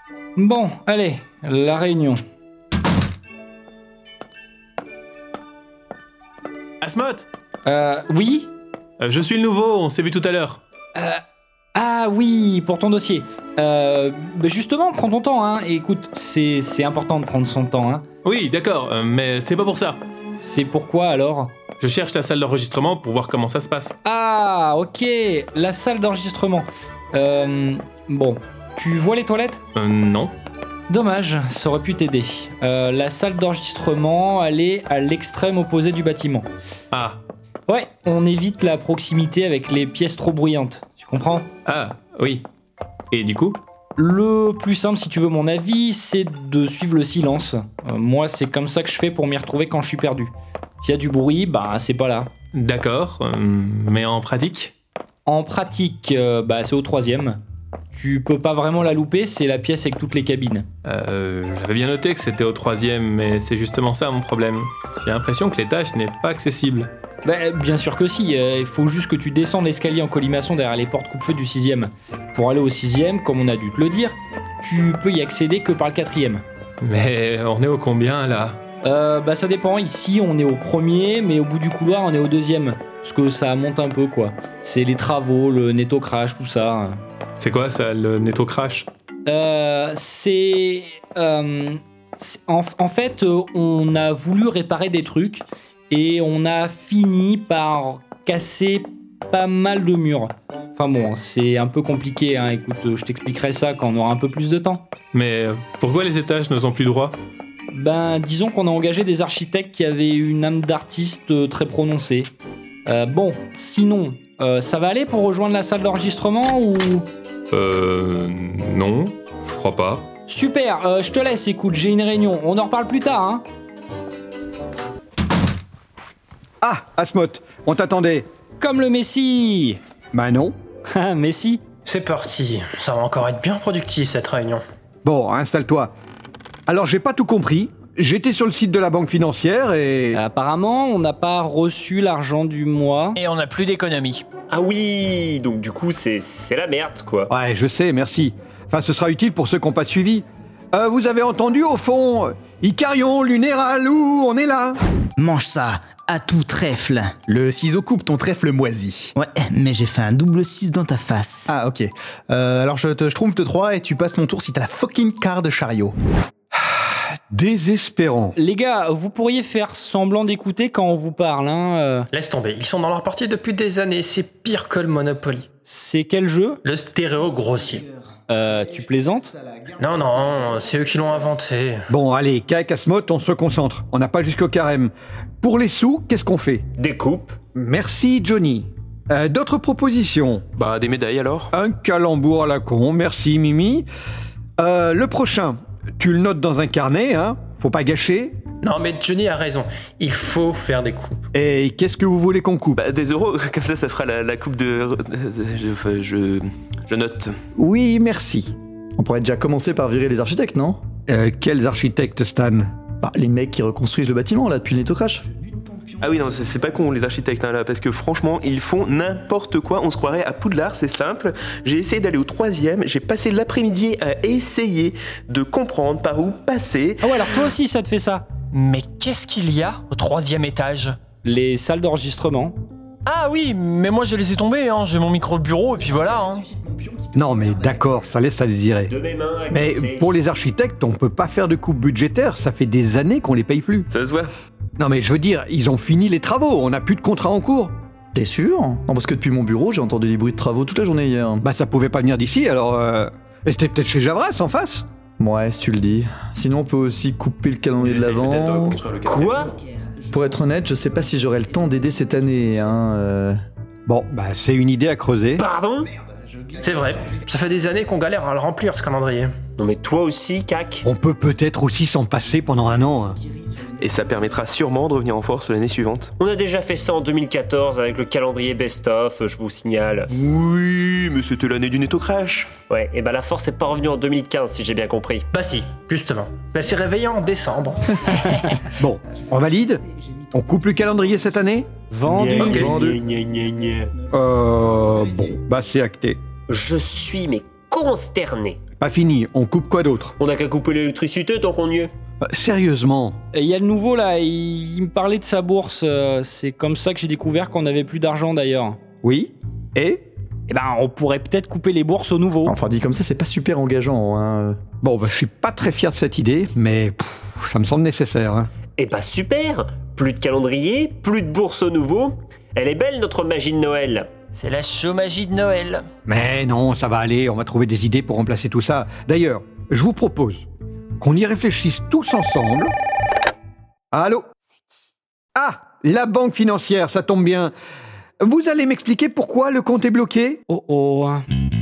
Bon, allez, la réunion. Asmoth, Oui. je suis le nouveau, on s'est vu tout à l'heure. Ah oui, pour ton dossier. Justement, prends ton temps, hein. Écoute, c'est important de prendre son temps, hein. Oui, d'accord, mais c'est pas pour ça. C'est pourquoi alors ? Je cherche la salle d'enregistrement pour voir comment ça se passe. Ah, ok, la salle d'enregistrement. Bon, tu vois les toilettes ? Non. Dommage, ça aurait pu t'aider. La salle d'enregistrement, elle est à l'extrême opposé du bâtiment. Ah. Ouais, on évite la proximité avec les pièces trop bruyantes. Tu comprends ? Ah, oui. Et du coup ? Le plus simple, si tu veux mon avis, c'est de suivre le silence. Moi, c'est comme ça que je fais pour m'y retrouver quand je suis perdu. S'il y a du bruit, bah c'est pas là. D'accord, mais en pratique ? En pratique, c'est au 3e. Tu peux pas vraiment la louper, c'est la pièce avec toutes les cabines. J'avais bien noté que c'était au 3e, mais c'est justement ça mon problème. J'ai l'impression que l'étage n'est pas accessible. Bien sûr que si, il faut juste que tu descendes l'escalier en colimaçon derrière les portes coupe-feu du 6e. Pour aller au 6e, comme on a dû te le dire, tu peux y accéder que par le 4e. Mais on est au combien là ? Ça dépend, ici on est au 1er, mais au bout du couloir on est au 2e. Parce que ça monte un peu quoi. C'est les travaux, le netto crash, tout ça. C'est quoi ça, le netto crash ? En fait, on a voulu réparer des trucs et on a fini par casser pas mal de murs. Enfin bon, c'est un peu compliqué, hein. Écoute, je t'expliquerai ça quand on aura un peu plus de temps. Mais pourquoi les étages ne sont plus droits ? Disons qu'on a engagé des architectes qui avaient une âme d'artiste très prononcée. Sinon, ça va aller pour rejoindre la salle d'enregistrement ou... Non, je crois pas. Super, je te laisse, écoute, j'ai une réunion. On en reparle plus tard, hein. Ah, Asmoth, on t'attendait. Comme le Messi. Bah non. Ah, Messi. C'est parti, ça va encore être bien productif cette réunion. Bon, installe-toi. Alors, j'ai pas tout compris. J'étais sur le site de la banque financière et... Apparemment, on n'a pas reçu l'argent du mois. Et on n'a plus d'économie. Ah oui, donc du coup c'est la merde quoi. Ouais, je sais, merci. Enfin, ce sera utile pour ceux qui n'ont pas suivi. Vous avez entendu au fond Icarion, Lunéral, où on est là ? Mange ça, à tout trèfle. Le ciseau coupe ton trèfle moisi. Ouais, mais j'ai fait un double 6 dans ta face. Ah, ok. Alors je trompe de 3 et tu passes mon tour si t'as la fucking quart de chariot. Désespérant. Les gars, vous pourriez faire semblant d'écouter quand on vous parle, hein. Laisse tomber, ils sont dans leur partie depuis des années, c'est pire que le Monopoly. C'est quel jeu ? Le stéréo grossier. Tu plaisantes ? Non, c'est eux qui l'ont inventé. Bon, allez, Kaek, Asmoth, on se concentre. On n'a pas jusqu'au carême. Pour les sous, qu'est-ce qu'on fait ? Découpe. Merci, Johnny. D'autres propositions ? Des médailles alors ? Un calembour à la con, merci, Mimi. Le prochain, tu le notes dans un carnet, hein ? Faut pas gâcher. Non mais Johnny a raison, il faut faire des coupes. Et qu'est-ce que vous voulez qu'on coupe ? Des euros, comme ça fera la coupe de... Je note. Oui, merci. On pourrait déjà commencer par virer les architectes, non ? Quels architectes, Stan ? Les mecs qui reconstruisent le bâtiment, là, depuis le netto crash. Ah oui, non, c'est pas con, les architectes, hein, là, parce que franchement, ils font n'importe quoi. On se croirait à Poudlard, c'est simple. J'ai essayé d'aller au 3e, j'ai passé l'après-midi à essayer de comprendre par où passer. Ah ouais, alors toi aussi ça te fait ça ? Mais qu'est-ce qu'il y a au 3e étage ? Les salles d'enregistrement. Ah oui, mais moi j'ai laissé tomber, hein. J'ai mon micro-bureau et puis voilà. Hein. Non mais d'accord, ça laisse à désirer. De mes mains à Mais glisser. pour les architectes, on peut pas faire de coupe budgétaire, ça fait des années qu'on les paye plus. Ça se voit. Non mais je veux dire, ils ont fini les travaux, on n'a plus de contrat en cours. T'es sûr ? Non, parce que depuis mon bureau, j'ai entendu des bruits de travaux toute la journée hier. Ça pouvait pas venir d'ici, alors... C'était peut-être chez Javras, en face. Ouais, si tu le dis. Sinon, on peut aussi couper le calendrier de l'avant. Quoi ? Pour être honnête, je sais pas si j'aurai le temps d'aider cette année, hein. Bon, c'est une idée à creuser. Pardon ? C'est vrai, ça fait des années qu'on galère à le remplir ce calendrier. Non mais toi aussi, Cac. On peut peut-être aussi s'en passer pendant un an. Hein. Et ça permettra sûrement de revenir en force l'année suivante. On a déjà fait ça en 2014 avec le calendrier best-of, je vous signale. Oui, mais c'était l'année du netto crash. Ouais, et la force est pas revenue en 2015 si j'ai bien compris. Bah si, justement. Elle s'est réveillée en décembre. Bon, on valide ? On coupe le calendrier cette année ? Vendu. Ok. Bon, c'est acté. Je suis mais consterné. Pas fini, on coupe quoi d'autre? On n'a qu'à couper l'électricité tant qu'on y est. Sérieusement? Et il y a le nouveau là, il me parlait de sa bourse. C'est comme ça que j'ai découvert qu'on avait plus d'argent d'ailleurs. Oui? Et? Eh ben, on pourrait peut-être couper les bourses au nouveau. Enfin, dit comme ça, c'est pas super engageant. Hein. Bon, je suis pas très fier de cette idée, mais ça me semble nécessaire. Hein. Eh bah super. Plus de calendrier, plus de bourse au nouveau. Elle est belle notre magie de Noël. C'est la chômagie de Noël. Mais non, ça va aller, on va trouver des idées pour remplacer tout ça. D'ailleurs, je vous propose qu'on y réfléchisse tous ensemble. Allô? Ah, la banque financière, ça tombe bien. Vous allez m'expliquer pourquoi le compte est bloqué? Oh.